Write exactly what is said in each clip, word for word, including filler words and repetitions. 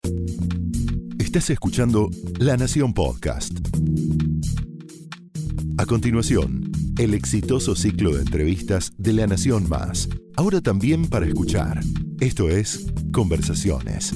Estás escuchando La Nación Podcast. A continuación, el exitoso ciclo de entrevistas de La Nación Más. Ahora también para escuchar. Esto es Conversaciones.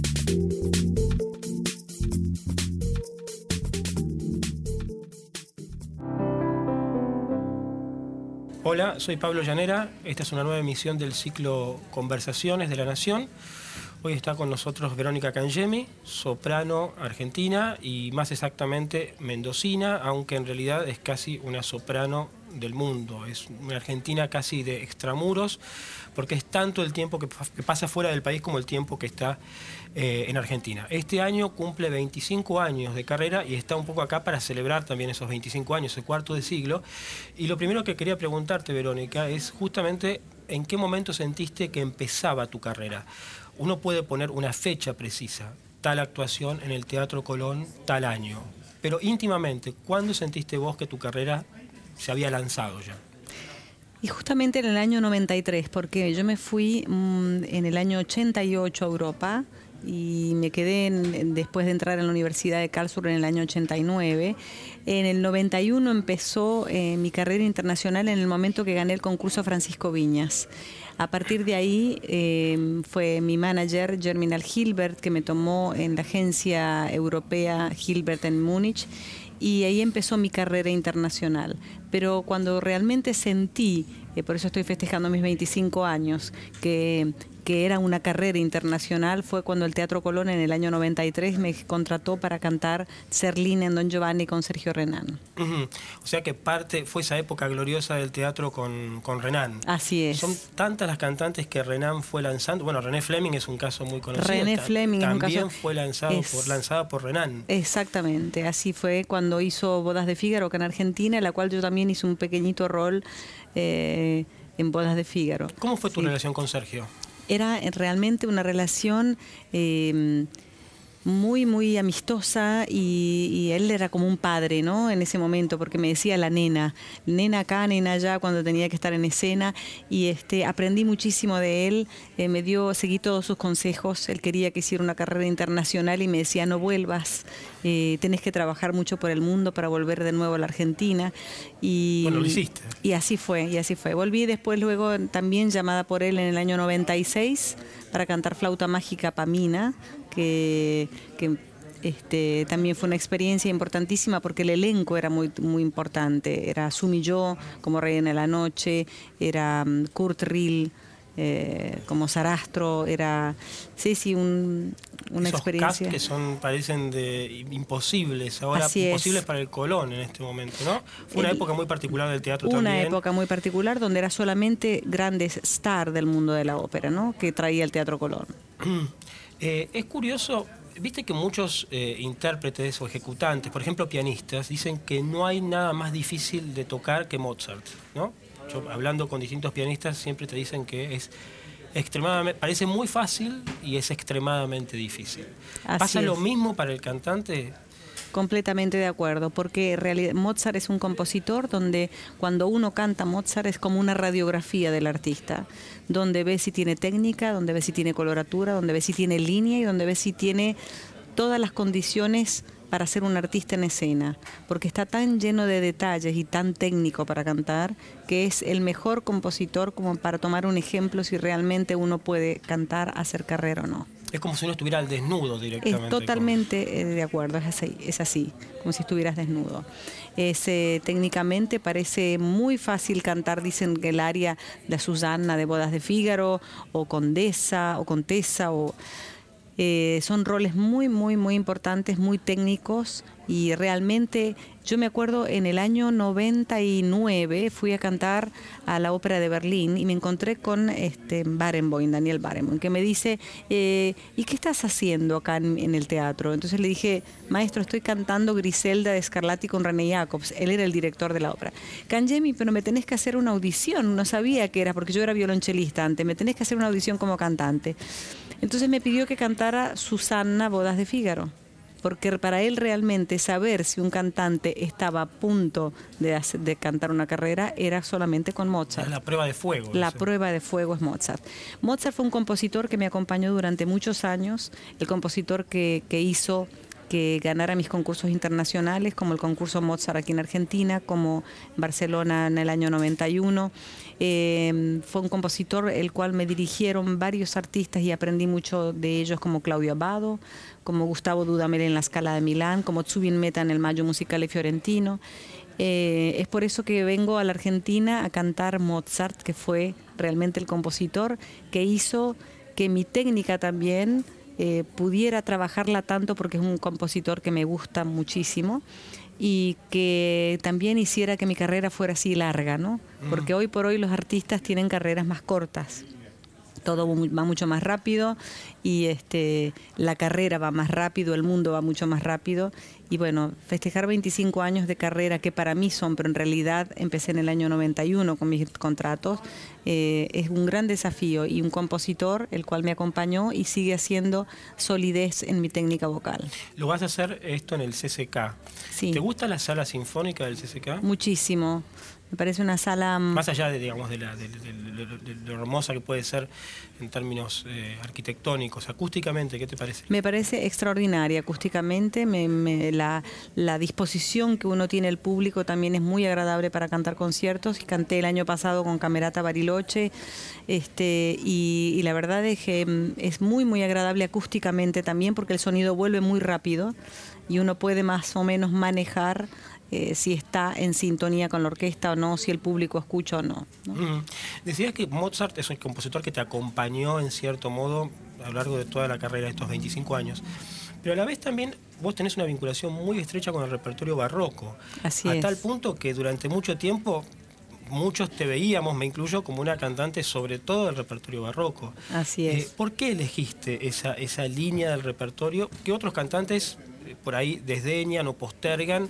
Hola, soy Pablo Llanera. Esta es una nueva emisión del ciclo Conversaciones de La Nación. Hoy está con nosotros Verónica Cangemi, soprano argentina y más exactamente mendocina, aunque en realidad es casi una soprano del mundo. Es una argentina casi de extramuros, porque es tanto el tiempo que, que pasa fuera del país como el tiempo que está eh, en Argentina. Este año cumple veinticinco años de carrera y está un poco acá para celebrar también esos veinticinco años, el cuarto de siglo. Y lo primero que quería preguntarte, Verónica, es justamente en qué momento sentiste que empezaba tu carrera. Uno puede poner una fecha precisa, tal actuación en el Teatro Colón, tal año. Pero íntimamente, ¿cuándo sentiste vos que tu carrera se había lanzado ya? Y justamente en el año noventa y tres, porque yo me fui mmm, en el año ochenta y ocho a Europa y me quedé en, después de entrar en la Universidad de Karlsruhe en el año ochenta y nueve. En el noventa y uno empezó eh, mi carrera internacional en el momento que gané el concurso Francisco Viñas. A partir de ahí eh, fue mi manager, Germinal Hilbert, que me tomó en la agencia europea Hilbert en Múnich, y ahí empezó mi carrera internacional. Pero cuando realmente sentí, eh, por eso estoy festejando mis veinticinco años, que, que era una carrera internacional, fue cuando el Teatro Colón en el año noventa y tres me contrató para cantar Zerlina en Don Giovanni con Sergio Renán. Uh-huh. O sea que parte fue esa época gloriosa del teatro con, con Renán. Así es. Son tantas las cantantes que Renán fue lanzando. Bueno, René Fleming es un caso muy conocido. René Fleming es un caso. También fue lanzado es... por, lanzada por Renán. Exactamente, así fue cuando hizo Bodas de Fígaro, que en Argentina, en la cual yo también hice un pequeñito rol eh, en Bodas de Fígaro. ¿Cómo fue tu sí. relación con Sergio? Era realmente una relación eh, muy, muy amistosa y, y él era como un padre, ¿no? En ese momento, porque me decía la nena, nena acá, nena allá, cuando tenía que estar en escena, y este, aprendí muchísimo de él, eh, me dio, seguí todos sus consejos. Él quería que hiciera una carrera internacional y me decía, no vuelvas, eh, tenés que trabajar mucho por el mundo para volver de nuevo a la Argentina. Y, bueno, lo hiciste. Y así fue, y así fue. Volví después, luego, también llamada por él en el año noventa y seis para cantar Flauta Mágica Pamina, que, que este, también fue una experiencia importantísima porque el elenco era muy, muy importante. Era Sumi Yo como Reina de la Noche, era um, Kurt Rill eh, como Sarastro, era sí, sí, un, una Esos experiencia. Cast que son, parecen de imposibles, ahora Así imposibles es. Para el Colón en este momento, ¿no? Fue una el, época muy particular del teatro una también. Una época muy particular donde era solamente grandes stars del mundo de la ópera, ¿no? Que traía el Teatro Colón. Eh, es curioso, viste que muchos eh, intérpretes o ejecutantes, por ejemplo pianistas, dicen que no hay nada más difícil de tocar que Mozart, ¿no? Yo, hablando con distintos pianistas, siempre te dicen que es extremadamente, parece muy fácil y es extremadamente difícil. Así ¿Pasa es. lo mismo para el cantante? Completamente de acuerdo, porque en realidad Mozart es un compositor donde cuando uno canta Mozart es como una radiografía del artista, donde ves si tiene técnica, donde ves si tiene coloratura, donde ves si tiene línea y donde ves si tiene todas las condiciones para ser un artista en escena, porque está tan lleno de detalles y tan técnico para cantar que es el mejor compositor como para tomar un ejemplo si realmente uno puede cantar, hacer carrera o no. Es como si uno estuviera al desnudo directamente. Es totalmente de acuerdo, es así, es así, como si estuvieras desnudo. Es, eh, técnicamente parece muy fácil cantar, dicen que el aria de Susanna de Bodas de Fígaro, o Condesa, o Contesa, o... Eh, son roles muy, muy, muy importantes, muy técnicos, y realmente yo me acuerdo en el año noventa y nueve fui a cantar a la Ópera de Berlín y me encontré con este Barenboim, Daniel Barenboim, que me dice, eh, ¿y qué estás haciendo acá en, en el teatro? Entonces le dije, maestro, estoy cantando Griselda de Scarlatti con René Jacobs. Él era el director de la ópera. Cangemi, pero me tenés que hacer una audición. No sabía qué era, porque yo era violonchelista antes. Me tenés que hacer una audición como cantante. Entonces me pidió que cantara Susanna, Bodas de Fígaro, porque para él realmente saber si un cantante estaba a punto de, hacer, de cantar una carrera era solamente con Mozart. Es la prueba de fuego. La ese. prueba de fuego es Mozart. Mozart fue un compositor que me acompañó durante muchos años, el compositor que, que hizo que ganara mis concursos internacionales, como el concurso Mozart aquí en Argentina, como Barcelona en el año noventa y uno. Eh, fue un compositor el cual me dirigieron varios artistas y aprendí mucho de ellos, como Claudio Abbado, como Gustavo Dudamel en la Scala de Milán, como Zubin Mehta en el Maggio Musicale Fiorentino. Eh, es por eso que vengo a la Argentina a cantar Mozart, que fue realmente el compositor que hizo que mi técnica también eh, pudiera trabajarla tanto, porque es un compositor que me gusta muchísimo, y que también hiciera que mi carrera fuera así larga, ¿no? Porque hoy por hoy los artistas tienen carreras más cortas. Todo va mucho más rápido y este, la carrera va más rápido, el mundo va mucho más rápido. Y bueno, festejar veinticinco años de carrera, que para mí son, pero en realidad empecé en el año noventa y uno con mis contratos, eh, es un gran desafío, y un compositor el cual me acompañó y sigue haciendo solidez en mi técnica vocal. Lo vas a hacer esto en el C C K. Sí. ¿Te gusta la sala sinfónica del C C K? Muchísimo. Me parece una sala... Más allá de, digamos, de, la, de, de, de, de, de lo hermosa que puede ser en términos eh, arquitectónicos, acústicamente, ¿qué te parece? Me parece extraordinaria acústicamente, me, me, la, la disposición que uno tiene el público también es muy agradable para cantar conciertos. Canté el año pasado con Camerata Bariloche, este, y, y la verdad es que es muy, muy agradable acústicamente también, porque el sonido vuelve muy rápido y uno puede más o menos manejar Eh, si está en sintonía con la orquesta o no, si el público escucha o no, ¿no? Mm. Decías que Mozart es un compositor que te acompañó en cierto modo a lo largo de toda la carrera de estos veinticinco años, pero a la vez también vos tenés una vinculación muy estrecha con el repertorio barroco. Así a es. tal punto que durante mucho tiempo muchos te veíamos, me incluyo, como una cantante sobre todo del repertorio barroco. Así es. Eh, ¿Por qué elegiste esa, esa línea del repertorio que otros cantantes eh, por ahí desdeñan o postergan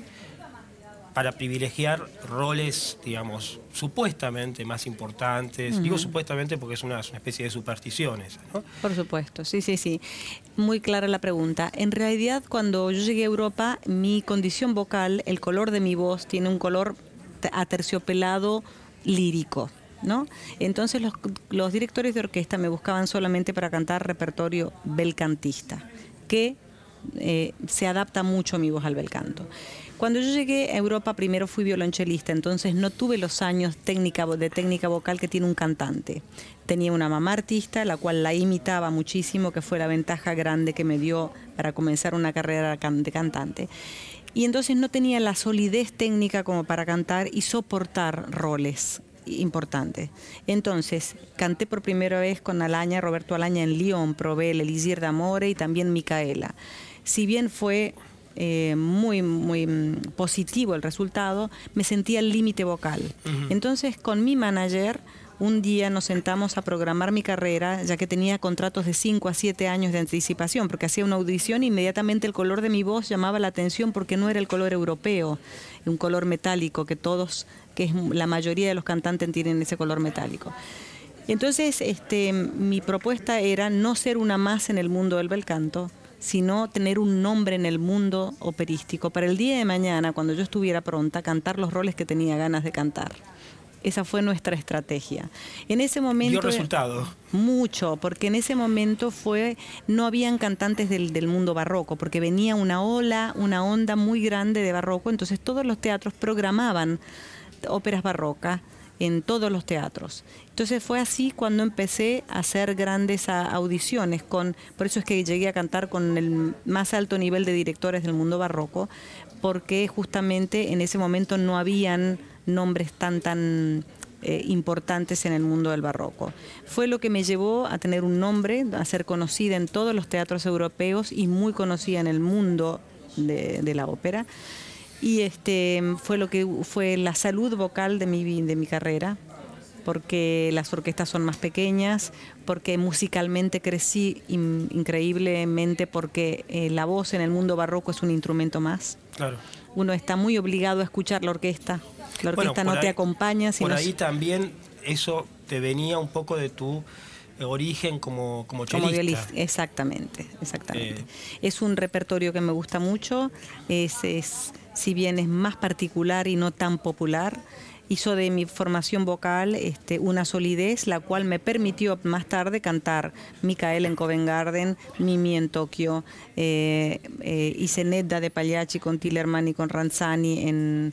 para privilegiar roles, digamos, supuestamente más importantes? Uh-huh. Digo supuestamente porque es una, es una especie de supersticiones, ¿no? Por supuesto, sí, sí, sí. Muy clara la pregunta. En realidad, cuando yo llegué a Europa, mi condición vocal, el color de mi voz, tiene un color aterciopelado lírico, ¿no? Entonces los, los directores de orquesta me buscaban solamente para cantar repertorio belcantista, que eh, se adapta mucho mi voz al belcanto. Cuando yo llegué a Europa, primero fui violonchelista, entonces no tuve los años técnica, de técnica vocal que tiene un cantante. Tenía una mamá artista, la cual la imitaba muchísimo, que fue la ventaja grande que me dio para comenzar una carrera de cantante. Y entonces no tenía la solidez técnica como para cantar y soportar roles importantes. Entonces canté por primera vez con Alaña, Roberto Alaña en Lyon, probé el Elisir d'Amore y también Micaela. Si bien fue eh, muy, muy positivo el resultado, me sentía al límite vocal. Uh-huh. Entonces con mi manager un día nos sentamos a programar mi carrera, ya que tenía contratos de cinco a siete años de anticipación, porque hacía una audición e inmediatamente el color de mi voz llamaba la atención, porque no era el color europeo, un color metálico, que todos, que es la mayoría de los cantantes tienen ese color metálico. Entonces este, mi propuesta era no ser una más en el mundo del bel canto, sino tener un nombre en el mundo operístico, para el día de mañana, cuando yo estuviera pronta, cantar los roles que tenía ganas de cantar. Esa fue nuestra estrategia. En ese momento... ¿Dio resultado? Mucho, porque en ese momento fue, no habían cantantes del, del mundo barroco, porque venía una ola, una onda muy grande de barroco, entonces todos los teatros programaban óperas barrocas en todos los teatros. Entonces fue así cuando empecé a hacer grandes audiciones, con, por eso es que llegué a cantar con el más alto nivel de directores del mundo barroco, porque justamente en ese momento no habían nombres tan tan eh, importantes en el mundo del barroco. Fue lo que me llevó a tener un nombre, a ser conocida en todos los teatros europeos y muy conocida en el mundo de, de la ópera. Y este fue lo que fue la salud vocal de mi, de mi carrera, porque las orquestas son más pequeñas, porque musicalmente crecí in, increíblemente, porque eh, la voz en el mundo barroco es un instrumento más. Claro. Uno está muy obligado a escuchar la orquesta. La orquesta bueno, no ahí, te acompaña. Sino por ahí también eso te venía un poco de tu origen como, como chelista. Como violista, exactamente, exactamente. Eh. Es un repertorio que me gusta mucho, es, es, si bien es más particular y no tan popular, hizo de mi formación vocal este, una solidez, la cual me permitió más tarde cantar Micaela en Covent Garden, Mimi en Tokio, eh, eh, hice Nedda de Pagliacci con Tillerman y con Ranzani en,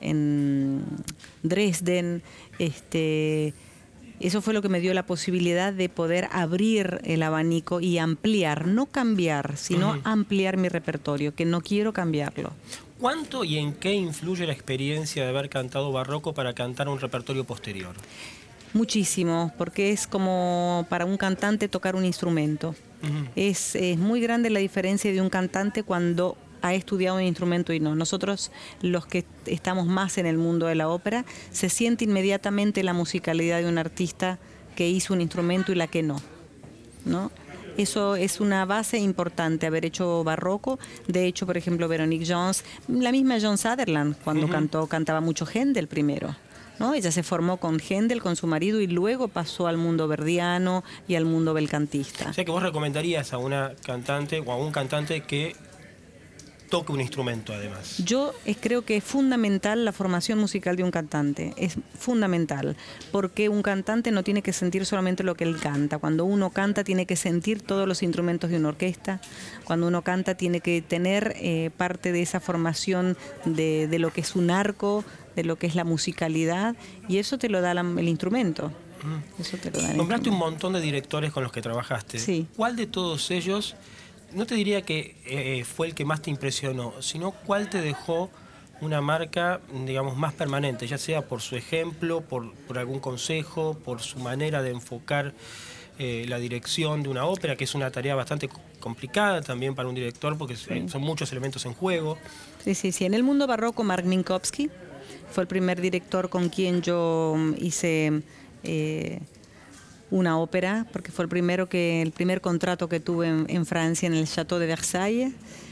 en Dresden. Este, eso fue lo que me dio la posibilidad de poder abrir el abanico y ampliar, no cambiar, sino uh-huh. ampliar mi repertorio, que no quiero cambiarlo. ¿Cuánto y en qué influye la experiencia de haber cantado barroco para cantar un repertorio posterior? Muchísimo, porque es como para un cantante tocar un instrumento. Uh-huh. es, es muy grande la diferencia de un cantante cuando ha estudiado un instrumento y no. Nosotros, los que estamos más en el mundo de la ópera, se siente inmediatamente la musicalidad de un artista que hizo un instrumento y la que no, ¿no? Eso es una base importante, haber hecho barroco. De hecho, por ejemplo, Veronique Jones, la misma Joan Sutherland, cuando uh-huh. cantó, cantaba mucho Händel primero, ¿no? Ella se formó con Händel, con su marido, y luego pasó al mundo verdiano y al mundo belcantista. O sea que vos recomendarías a una cantante o a un cantante que toque un instrumento, además. Yo es, creo que es fundamental la formación musical de un cantante, es fundamental, porque un cantante no tiene que sentir solamente lo que él canta. Cuando uno canta tiene que sentir todos los instrumentos de una orquesta, cuando uno canta tiene que tener eh, parte de esa formación de, de lo que es un arco, de lo que es la musicalidad, y eso te lo da la, el instrumento. Mm. Eso te lo da el Nombraste un montón de directores con los que trabajaste. Sí. ¿Cuál de todos ellos, no te diría que eh, fue el que más te impresionó, sino cuál te dejó una marca, digamos, más permanente, ya sea por su ejemplo, por, por algún consejo, por su manera de enfocar eh, la dirección de una ópera, que es una tarea bastante complicada también para un director, porque sí. son muchos elementos en juego? Sí, sí, sí. En el mundo barroco, Mark Minkowski fue el primer director con quien yo hice Eh, una ópera, porque fue el primero que el primer contrato que tuve en, en Francia, en el Château de Versailles,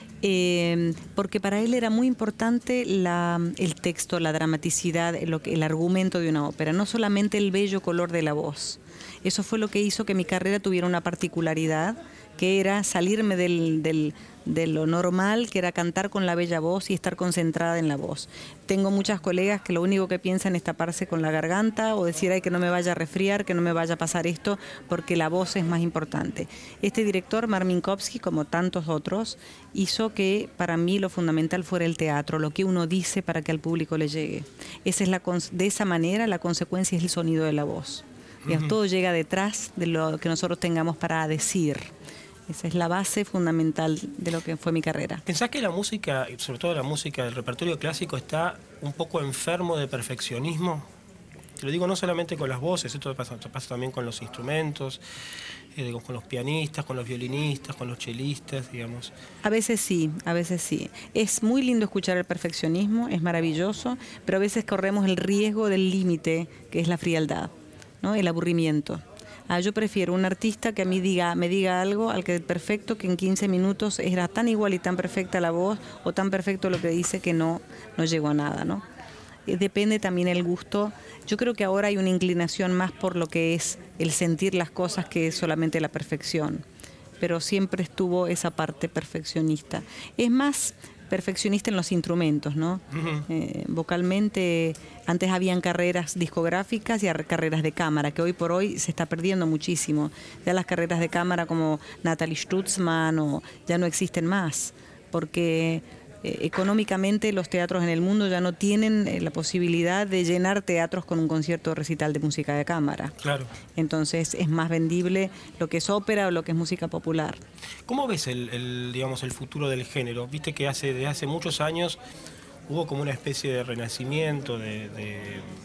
eh, porque para él era muy importante la, el texto, la dramaticidad, el, el argumento de una ópera, no solamente el bello color de la voz. Eso fue lo que hizo que mi carrera tuviera una particularidad, que era salirme del, del, de lo normal, que era cantar con la bella voz y estar concentrada en la voz. Tengo muchas colegas que lo único que piensan es taparse con la garganta o decir, ay, que no me vaya a resfriar, que no me vaya a pasar esto, porque la voz es más importante. Este director, Mark Minkowski, como tantos otros, hizo que para mí lo fundamental fuera el teatro, lo que uno dice para que al público le llegue. Esa es la, de esa manera la consecuencia es el sonido de la voz. Uh-huh. Todo llega detrás de lo que nosotros tengamos para decir. Esa es la base fundamental de lo que fue mi carrera. ¿Pensás que la música, sobre todo la música del repertorio clásico, está un poco enfermo de perfeccionismo? Te lo digo no solamente con las voces, esto pasa, pasa también con los instrumentos, eh, con los pianistas, con los violinistas, con los chelistas, digamos. A veces sí, a veces sí. Es muy lindo escuchar el perfeccionismo, es maravilloso, pero a veces corremos el riesgo del límite, que es la frialdad, ¿no? El aburrimiento. Ah, yo prefiero un artista que a mí diga, me diga algo al que perfecto, que en quince minutos era tan igual y tan perfecta la voz o tan perfecto lo que dice que no, no llegó a nada, ¿no? Eh, depende también el gusto. Yo creo que ahora hay una inclinación más por lo que es el sentir las cosas que solamente la perfección, pero siempre estuvo esa parte perfeccionista. Es más perfeccionista en los instrumentos, ¿no? Uh-huh. Eh, vocalmente, antes habían carreras discográficas y carreras de cámara, que hoy por hoy se está perdiendo muchísimo. Ya las carreras de cámara como Natalie Stutzmann o, ya no existen más, porque eh, económicamente los teatros en el mundo ya no tienen eh, la posibilidad de llenar teatros con un concierto o recital de música de cámara. Claro. Entonces es más vendible lo que es ópera o lo que es música popular. ¿Cómo ves el, el, digamos, el futuro del género? Viste que hace, desde hace muchos años hubo como una especie de renacimiento de, de,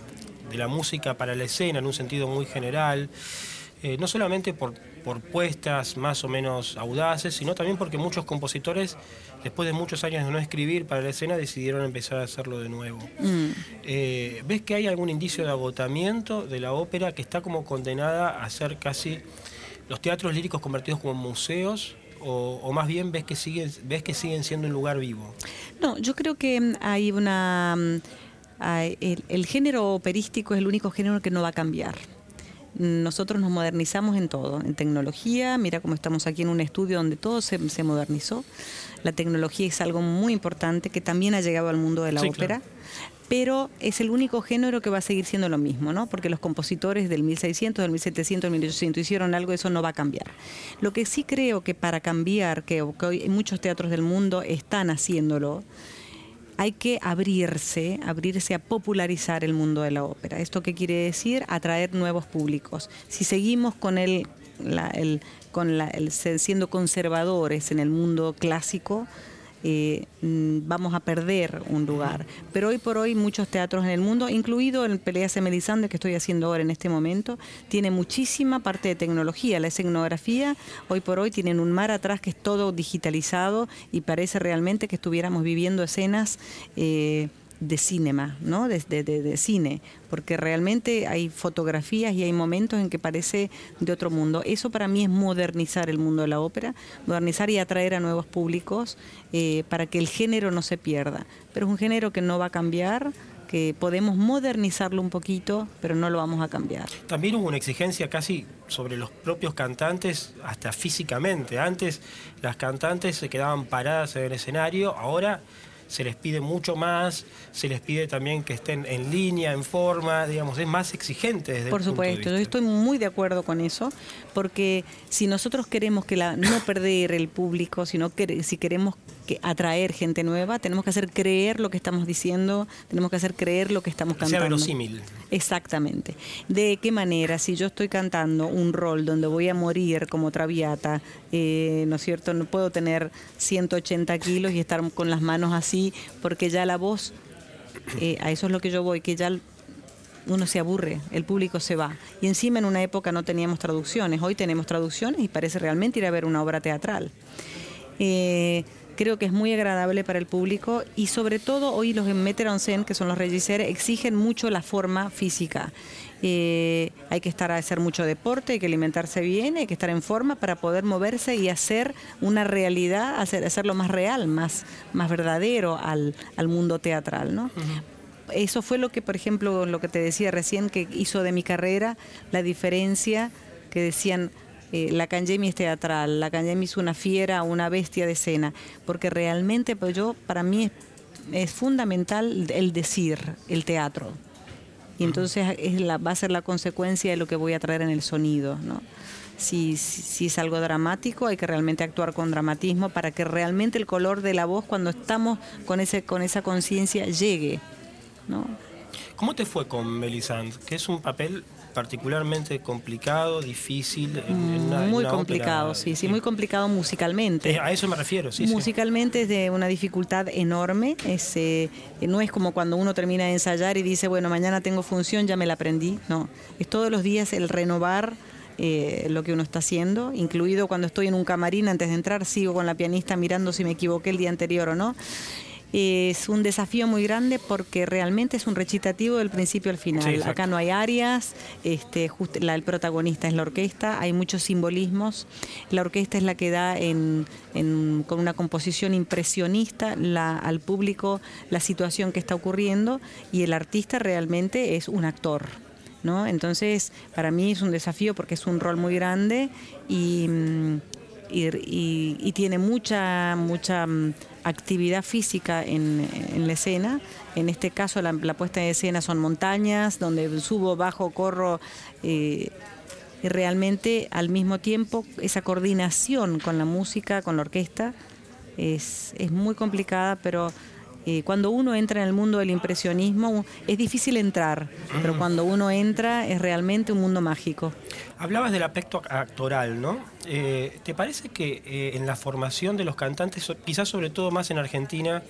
de la música para la escena en un sentido muy general, eh, no solamente por, por puestas más o menos audaces, sino también porque muchos compositores, después de muchos años de no escribir para la escena, decidieron empezar a hacerlo de nuevo. Mm. Eh, ¿Ves que hay algún indicio de agotamiento de la ópera que está como condenada a ser casi los teatros líricos convertidos como museos? O, o más bien ves que siguen ves que siguen siendo un lugar vivo? No, yo creo que hay una hay, el, el género operístico es el único género que no va a cambiar. nosotros nos modernizamos en todo, en tecnología. Mira cómo estamos aquí en un estudio donde todo se, se modernizó. La tecnología es algo muy importante que también ha llegado al mundo de la sí, ópera. Claro. Pero es el único género que va a seguir siendo lo mismo, ¿no? Porque los compositores del mil seiscientos, del mil setecientos, del mil ochocientos hicieron algo, eso no va a cambiar. Lo que sí creo que para cambiar, que, que hoy muchos teatros del mundo están haciéndolo, hay que abrirse, abrirse a popularizar el mundo de la ópera. ¿Esto qué quiere decir? Atraer nuevos públicos. Si seguimos con el, la, el, con la, el siendo conservadores en el mundo clásico, Eh, vamos a perder un lugar. Pero hoy por hoy muchos teatros en el mundo, incluido el Pelléas et Mélisande que estoy haciendo ahora en este momento, tiene muchísima parte de tecnología. La escenografía hoy por hoy tienen un mar atrás que es todo digitalizado y parece realmente que estuviéramos viviendo escenas eh, de cinema, ¿no? De, de, de, de cine, porque realmente hay fotografías y hay momentos en que parece de otro mundo. Eso para mí es modernizar el mundo de la ópera, modernizar y atraer a nuevos públicos eh, para que el género no se pierda. Pero es un género que no va a cambiar, que podemos modernizarlo un poquito, pero no lo vamos a cambiar. También hubo una exigencia casi sobre los propios cantantes, hasta físicamente. Antes las cantantes se quedaban paradas en el escenario, ahora se les pide mucho más, se les pide también que estén en línea, en forma, digamos, es más exigente desde Por el punto de supuesto, vista. yo estoy muy de acuerdo con eso, porque si nosotros queremos que la, no perder el público, sino que si queremos que atraer gente nueva, tenemos que hacer creer lo que estamos diciendo, tenemos que hacer creer lo que estamos Que cantando. sea verosímil. Exactamente. ¿De qué manera? Si yo estoy cantando un rol donde voy a morir como Traviata, eh, ¿no es cierto? No puedo tener ciento ochenta kilos y estar con las manos así, porque ya la voz, eh, a eso es lo que yo voy, que ya uno se aburre, el público se va. Y encima en una época no teníamos traducciones, hoy tenemos traducciones y parece realmente ir a ver una obra teatral. Eh, Creo que es muy agradable para el público y sobre todo hoy los metteur en scène, que son los regisseurs, exigen mucho la forma física. Eh, hay que estar a hacer mucho deporte, hay que alimentarse bien, hay que estar en forma para poder moverse y hacer una realidad, hacer, hacerlo más real, más, más verdadero al, al mundo teatral, ¿no? Uh-huh. Eso fue lo que, por ejemplo, lo que te decía recién, que hizo de mi carrera la diferencia, que decían... Eh, la Cangemi es teatral, la Cangemi es una fiera, una bestia de escena, porque realmente pues yo, para mí es, es fundamental el decir, el teatro. Y entonces es la, va a ser la consecuencia de lo que voy a traer en el sonido, ¿no? Si, si, si es algo dramático, hay que realmente actuar con dramatismo para que realmente el color de la voz, cuando estamos con, ese, con esa conciencia, llegue, ¿no? ¿Cómo te fue con Mélisande? Que es un papel particularmente complicado, difícil. En, en una, muy en una complicado, ópera, sí, sí, muy complicado musicalmente. Eh, a eso me refiero, sí. Musicalmente sí. es de una dificultad enorme. Es, eh, no es como cuando uno termina de ensayar y dice, bueno, mañana tengo función, ya me la aprendí. No, es todos los días el renovar eh, lo que uno está haciendo, incluido cuando estoy en un camarín antes de entrar, sigo con la pianista mirando si me equivoqué el día anterior o no. Es un desafío muy grande porque realmente es un recitativo del principio al final. Sí, acá no hay arias, este, just, la, el protagonista es la orquesta, hay muchos simbolismos. La orquesta es la que da en, en, con una composición impresionista la, al público la situación que está ocurriendo y el artista realmente es un actor, ¿no? Entonces, para mí es un desafío porque es un rol muy grande y... Y, y, y tiene mucha mucha actividad física en, en la escena. En este caso la, la puesta en escena son montañas donde subo, bajo, corro eh, y realmente al mismo tiempo esa coordinación con la música, con la orquesta es, es muy complicada, pero Eh, cuando uno entra en el mundo del impresionismo es difícil entrar, pero cuando uno entra es realmente un mundo mágico. Hablabas del aspecto actoral, ¿no? Eh, ¿Te parece que eh, en la formación de los cantantes, quizás sobre todo más en Argentina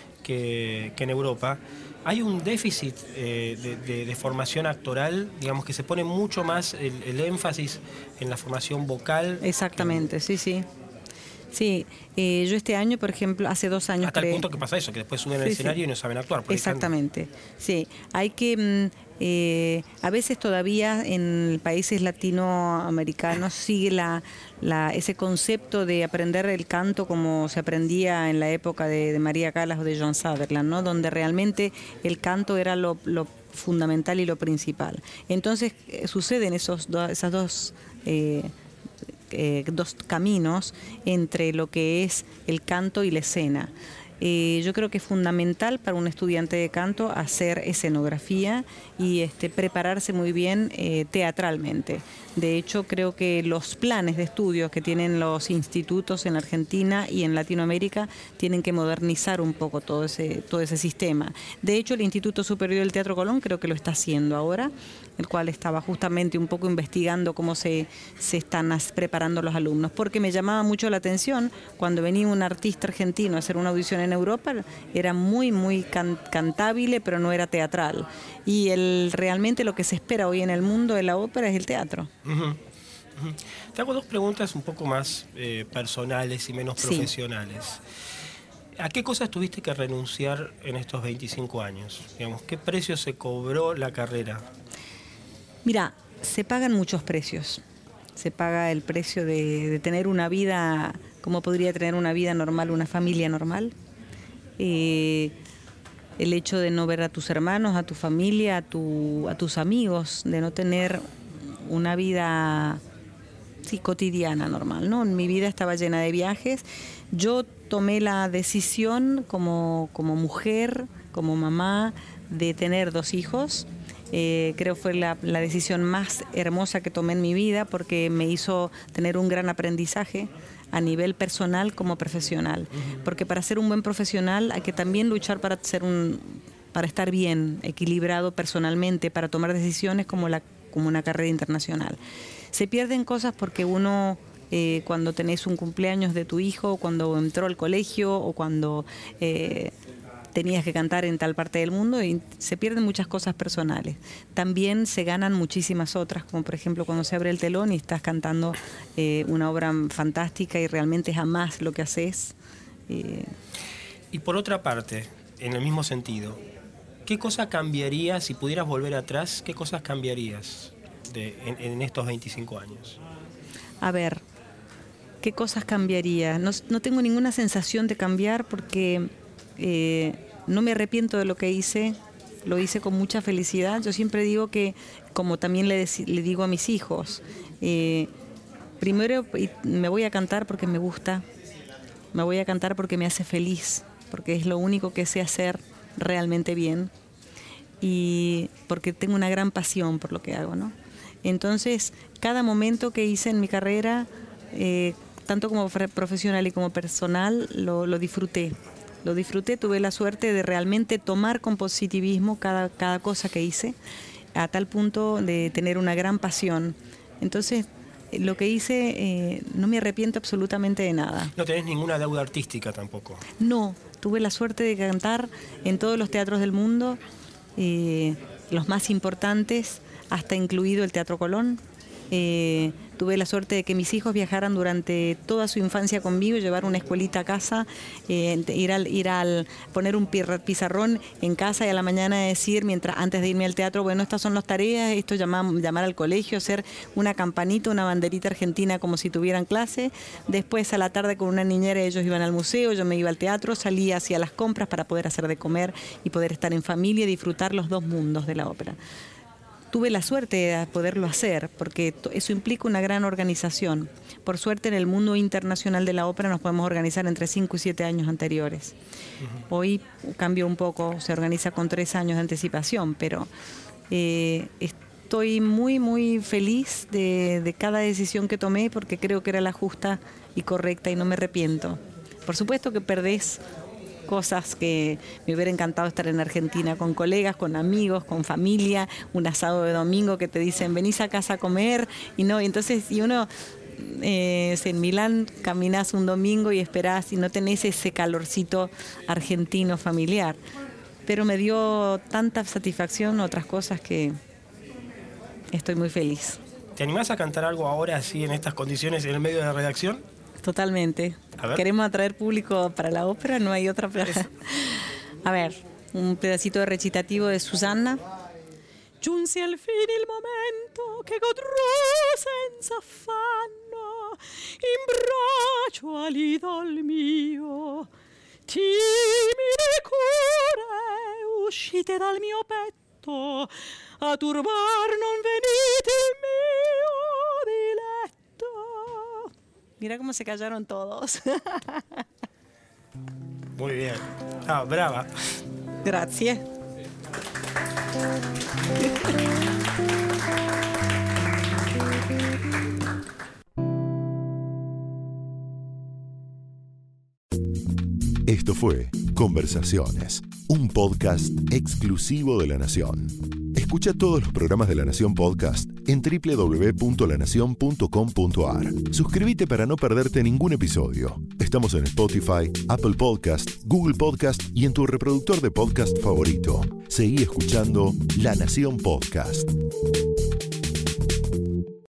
que, que en Europa, hay un déficit eh, de, de, de formación actoral, digamos que se pone mucho más el, el énfasis en la formación vocal? Exactamente, que... sí, sí. Sí, eh, yo este año, por ejemplo, hace dos años... Hasta creé... el punto que pasa eso, que después suben al sí, escenario sí. y no saben actuar. Por Exactamente, sí. Hay que... Eh, a veces todavía en países latinoamericanos sigue la, la, ese concepto de aprender el canto como se aprendía en la época de, de María Callas o de John Sutherland, ¿no? Donde realmente el canto era lo, lo fundamental y lo principal. Entonces eh, suceden esos do, esas dos... Eh, Eh, dos caminos entre lo que es el canto y la escena. Eh, yo creo que es fundamental para un estudiante de canto hacer escenografía y este, prepararse muy bien eh, teatralmente. De hecho, creo que los planes de estudios que tienen los institutos en Argentina y en Latinoamérica tienen que modernizar un poco todo ese, todo ese sistema. De hecho, el Instituto Superior del Teatro Colón creo que lo está haciendo ahora, el cual estaba justamente un poco investigando cómo se, se están preparando los alumnos, porque me llamaba mucho la atención cuando venía un artista argentino a hacer una audición en Europa, era muy, muy can, cantable, pero no era teatral. Y el, realmente lo que se espera hoy en el mundo de la ópera es el teatro. Uh-huh. Uh-huh. Te hago dos preguntas un poco más eh, personales y menos profesionales. Sí. ¿A qué cosas tuviste que renunciar en estos veinticinco años? Digamos, ¿qué precio se cobró la carrera? Mira, se pagan muchos precios. Se paga el precio de, de tener una vida, como podría tener una vida normal, una familia normal. Eh, el hecho de no ver a tus hermanos, a tu familia, a, tu, a tus amigos, de no tener una vida sí, cotidiana, normal, ¿no? Mi vida estaba llena de viajes. Yo tomé la decisión como, como mujer, como mamá, de tener dos hijos. Eh, creo que fue la, la decisión más hermosa que tomé en mi vida porque me hizo tener un gran aprendizaje a nivel personal como profesional. Uh-huh. Porque para ser un buen profesional hay que también luchar para ser un, para estar bien, equilibrado personalmente, para tomar decisiones como, la, como una carrera internacional. Se pierden cosas porque uno, eh, cuando tenés un cumpleaños de tu hijo, cuando entró al colegio o cuando... Eh, tenías que cantar en tal parte del mundo y se pierden muchas cosas personales. También se ganan muchísimas otras, como por ejemplo cuando se abre el telón y estás cantando eh, una obra fantástica y realmente jamás lo que haces. Eh... Y por otra parte, en el mismo sentido, ¿qué cosa cambiarías si pudieras volver atrás? ¿Qué cosas cambiarías de, en, en estos veinticinco años? A ver, ¿qué cosas cambiaría? No, no tengo ninguna sensación de cambiar porque... Eh, no me arrepiento de lo que hice, lo hice con mucha felicidad. Yo siempre digo que, como también le, le digo a mis hijos, eh, primero me voy a cantar porque me gusta, me voy a cantar porque me hace feliz, porque es lo único que sé hacer realmente bien y porque tengo una gran pasión por lo que hago, ¿no? Entonces, cada momento que hice en mi carrera, eh, tanto como profesional y como personal, lo, lo disfruté. Lo disfruté, tuve la suerte de realmente tomar con positivismo cada, cada cosa que hice, a tal punto de tener una gran pasión. Entonces, lo que hice, eh, no me arrepiento absolutamente de nada. ¿No tenés ninguna deuda artística tampoco? No, tuve la suerte de cantar en todos los teatros del mundo, eh, los más importantes, hasta incluido el Teatro Colón. Eh, tuve la suerte de que mis hijos viajaran durante toda su infancia conmigo, llevar una escuelita a casa, eh, ir al ir al poner un pizarrón en casa y a la mañana decir, mientras antes de irme al teatro, bueno, estas son las tareas, esto llamar, llamar al colegio, hacer una campanita, una banderita argentina como si tuvieran clase. Después a la tarde con una niñera ellos iban al museo, yo me iba al teatro, salía hacia las compras para poder hacer de comer y poder estar en familia y disfrutar los dos mundos de la ópera. Tuve la suerte de poderlo hacer, porque eso implica una gran organización. Por suerte, en el mundo internacional de la ópera nos podemos organizar entre cinco y siete años anteriores. Uh-huh. Hoy cambió un poco, se organiza con tres años de anticipación, pero eh, estoy muy, muy feliz de, de cada decisión que tomé, porque creo que era la justa y correcta y no me arrepiento. Por supuesto que perdés cosas que me hubiera encantado estar en Argentina con colegas, con amigos, con familia, un asado de domingo que te dicen venís a casa a comer y no, y entonces y uno eh, en Milán caminás un domingo y esperás y no tenés ese calorcito argentino familiar, pero me dio tanta satisfacción otras cosas que estoy muy feliz. ¿Te animás a cantar algo ahora así en estas condiciones en el medio de la redacción? totalmente. Queremos atraer público para la ópera, no hay otra. Para... A ver, un pedacito de recitativo de Susanna. Giunse al fin il momento che godrò senza affanno, in braccio all'idol mio, timide cure uscite dal mio petto, a turbar non venite il mio diletto. Mira cómo se callaron todos. Muy bien. Ah, brava. Gracias. Esto fue Conversaciones, un podcast exclusivo de La Nación. Escucha todos los programas de La Nación Podcast en doble u doble u doble u punto la nación punto com punto a r. Suscríbete para no perderte ningún episodio. Estamos en Spotify, Apple Podcast, Google Podcast y en tu reproductor de podcast favorito. Seguí escuchando La Nación Podcast.